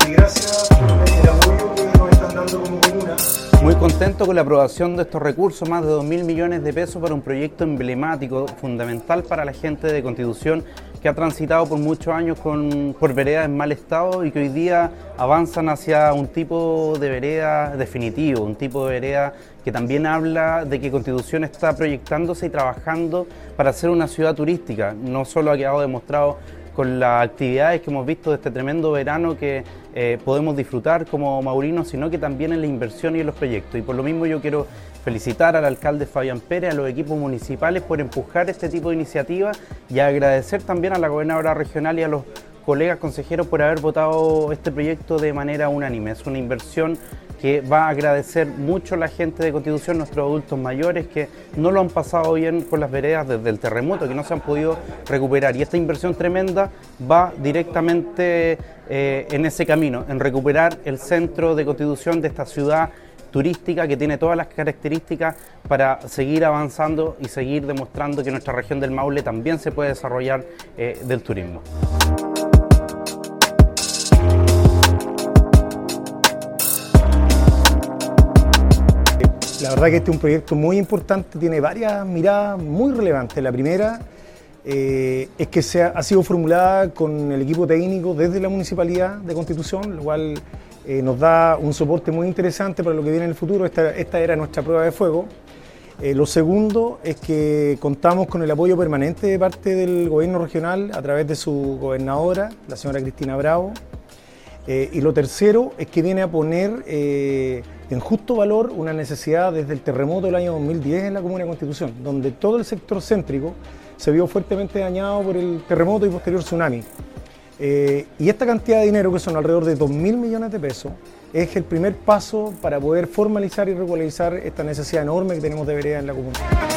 y gracias por el apoyo que nos están dando como comuna. Muy contento con la aprobación de estos recursos, más de 2.000 millones de pesos para un proyecto emblemático, fundamental para la gente de Constitución, que ha transitado por muchos años por veredas en mal estado y que hoy día avanzan hacia un tipo de vereda definitivo, un tipo de vereda que también habla de que Constitución está proyectándose y trabajando para ser una ciudad turística. No solo ha quedado demostrado con las actividades que hemos visto de este tremendo verano que podemos disfrutar como maurinos, sino que también en la inversión y en los proyectos. Y por lo mismo yo quiero felicitar al alcalde Fabián Pérez, a los equipos municipales por empujar este tipo de iniciativas y agradecer también a la gobernadora regional y a los colegas consejeros por haber votado este proyecto de manera unánime. Es una inversión que va a agradecer mucho a la gente de Constitución, nuestros adultos mayores que no lo han pasado bien con las veredas desde el terremoto, que no se han podido recuperar. Y esta inversión tremenda va directamente en ese camino, en recuperar el centro de Constitución de esta ciudad turística que tiene todas las características para seguir avanzando y seguir demostrando que nuestra región del Maule también se puede desarrollar del turismo. La verdad que este es un proyecto muy importante, tiene varias miradas muy relevantes. La primera es que ha sido formulada con el equipo técnico desde la Municipalidad de Constitución, lo cual nos da un soporte muy interesante para lo que viene en el futuro. Esta era nuestra prueba de fuego. Lo segundo es que contamos con el apoyo permanente de parte del gobierno regional a través de su gobernadora, la señora Cristina Bravo. Y lo tercero es que viene a poner en justo valor una necesidad desde el terremoto del año 2010 en la Comuna de Constitución, donde todo el sector céntrico se vio fuertemente dañado por el terremoto y posterior tsunami. Y esta cantidad de dinero, que son alrededor de 2.000 millones de pesos, es el primer paso para poder formalizar y regularizar esta necesidad enorme que tenemos de vereda en la comuna.